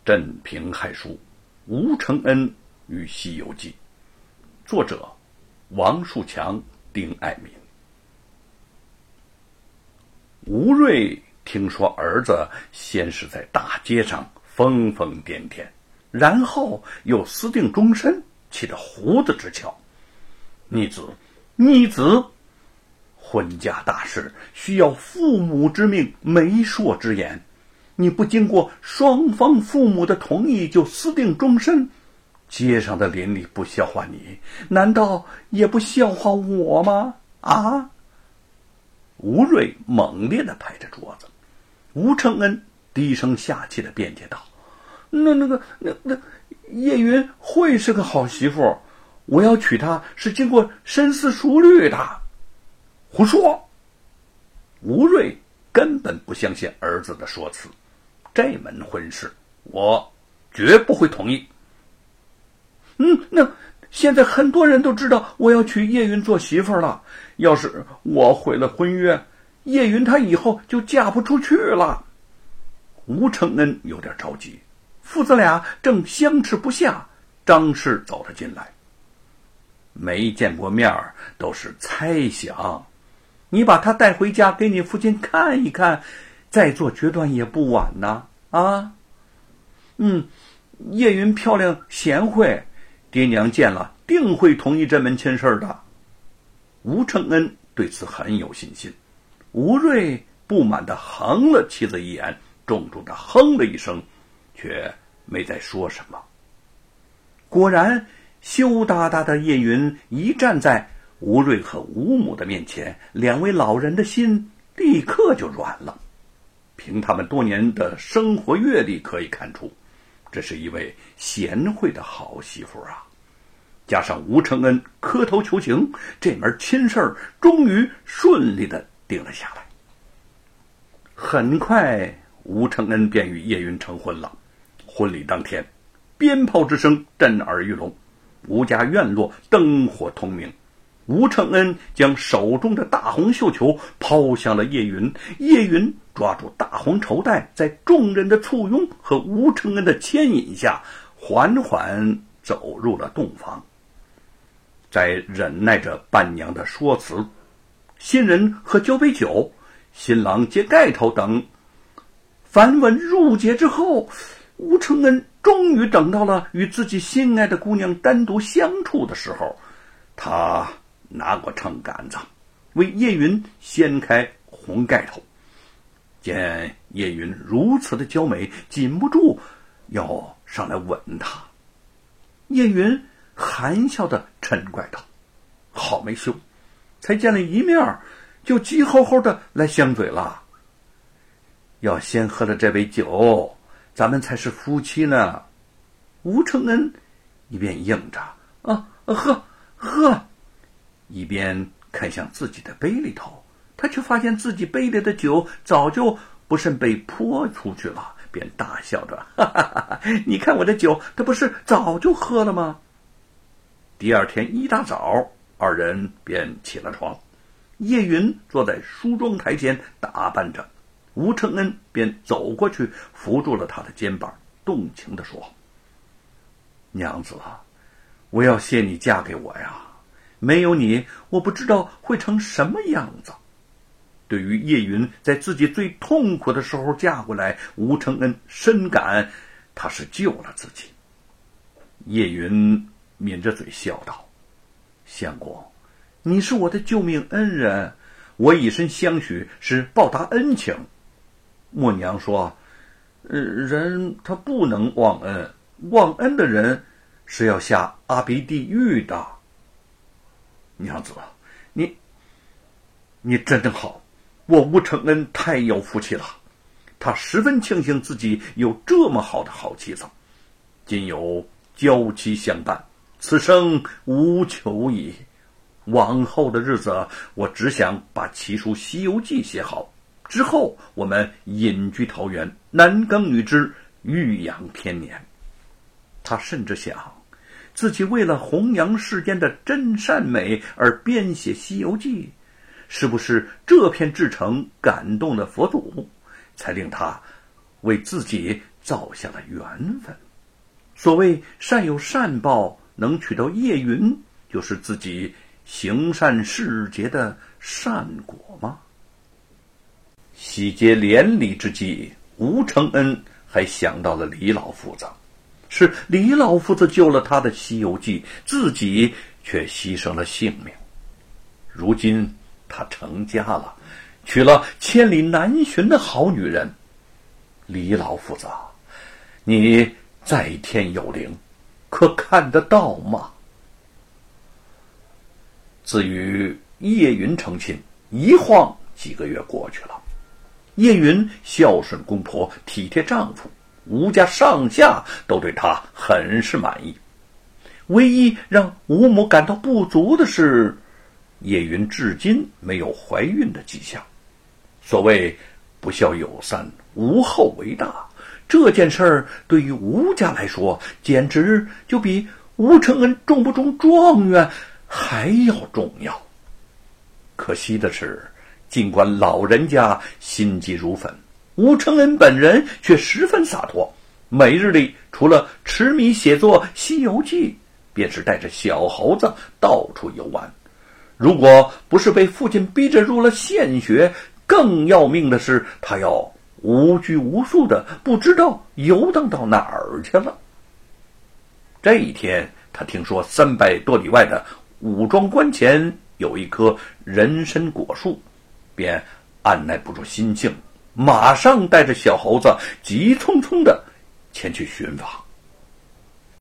镇平害书，吴承恩与西游记》，作者王树强、丁爱民。吴瑞听说儿子先是在大街上疯疯癫癫，然后又私定终身，气得胡子直翘。逆子，婚嫁大事需要父母之命、媒妁之言，你不经过双方父母的同意就私定终身，街上的邻里不笑话你，难道也不笑话我吗？啊！吴瑞猛烈地拍着桌子。吴承恩低声下气地辩解道：那叶云会是个好媳妇，我要娶她是经过深思熟虑的。胡说！吴瑞根本不相信儿子的说辞，这门婚事我绝不会同意。那现在很多人都知道我要娶叶云做媳妇了，要是我毁了婚约，叶云她以后就嫁不出去了。吴承恩有点着急，父子俩正相持不下，张氏走了进来。没见过面都是猜想，你把她带回家给你父亲看一看，再做决断也不晚呐。叶云漂亮贤惠，爹娘见了定会同意这门亲事的。吴承恩对此很有信心。吴瑞不满地横了妻子一眼，重重地哼了一声，却没再说什么。果然，羞答答的叶云一站在吴瑞和吴母的面前，两位老人的心立刻就软了。凭他们多年的生活阅历可以看出，这是一位贤惠的好媳妇啊。加上吴承恩磕头求情，这门亲事儿终于顺利地定了下来。很快，吴承恩便与叶云成婚了。婚礼当天，鞭炮之声震耳欲聋，吴家院落灯火通明。吴承恩将手中的大红绣球抛向了叶云，叶云抓住大红绸带，在众人的簇拥和吴承恩的牵引下，缓缓走入了洞房。在忍耐着伴娘的说辞，新人喝交杯酒，新郎揭盖头等繁文缛节之后，吴承恩终于等到了与自己心爱的姑娘单独相处的时候。他拿过秤杆子，为叶云掀开红盖头，见叶云如此的娇美，禁不住要上来吻她。叶云含笑地嗔怪道：好没羞，才见了一面就急吼吼的来相嘴了。要先喝了这杯酒，咱们才是夫妻呢。吴承恩一边应着喝，一边看向自己的杯里头，他却发现自己杯里的酒早就不慎被泼出去了，便大笑着：你看我的酒，他不是早就喝了吗？第二天一大早，二人便起了床。叶云坐在梳妆台前打扮着，吴承恩便走过去扶住了他的肩膀，动情地说：娘子，我要谢你嫁给我呀，没有你，我不知道会成什么样子。对于叶云在自己最痛苦的时候嫁过来，吴承恩深感他是救了自己。叶云抿着嘴笑道：相公，你是我的救命恩人，我以身相许是报答恩情。默娘说，人他不能忘恩，忘恩的人是要下阿鼻地狱的。娘子，你真好，我吴承恩太有福气了。他十分庆幸自己有这么好的好妻子，今有娇妻相伴，此生无求矣。往后的日子，我只想把奇书《西游记》写好，之后我们隐居桃源，男耕女织，育养天年。他甚至想，自己为了弘扬世间的真善美而编写《西游记》，是不是这篇至诚感动了佛祖，才令他为自己造下了缘分。所谓善有善报，能娶到叶云，就是自己行善事结的善果吗？喜结连理之际，吴承恩还想到了李老夫子，是李老夫子救了他的《西游记》，自己却牺牲了性命。如今他成家了，娶了千里难寻的好女人。李老夫子，你在天有灵，可看得到吗？自与叶云成亲，一晃几个月过去了。叶云孝顺公婆，体贴丈夫，吴家上下都对她很是满意。唯一让吴母感到不足的是，叶云至今没有怀孕的迹象。所谓不孝有三，无后为大，这件事儿对于吴家来说，简直就比吴承恩中不中状元还要重要。可惜的是，尽管老人家心急如焚，吴承恩本人却十分洒脱，每日里除了痴迷写作《西游记》，便是带着小猴子到处游玩。如果不是被父亲逼着入了县学，更要命的是他要无拘无束的，不知道游荡到哪儿去了。这一天，他听说300多里外的武庄关前有一棵人参果树，便按耐不住心性，马上带着小猴子急匆匆的前去寻访。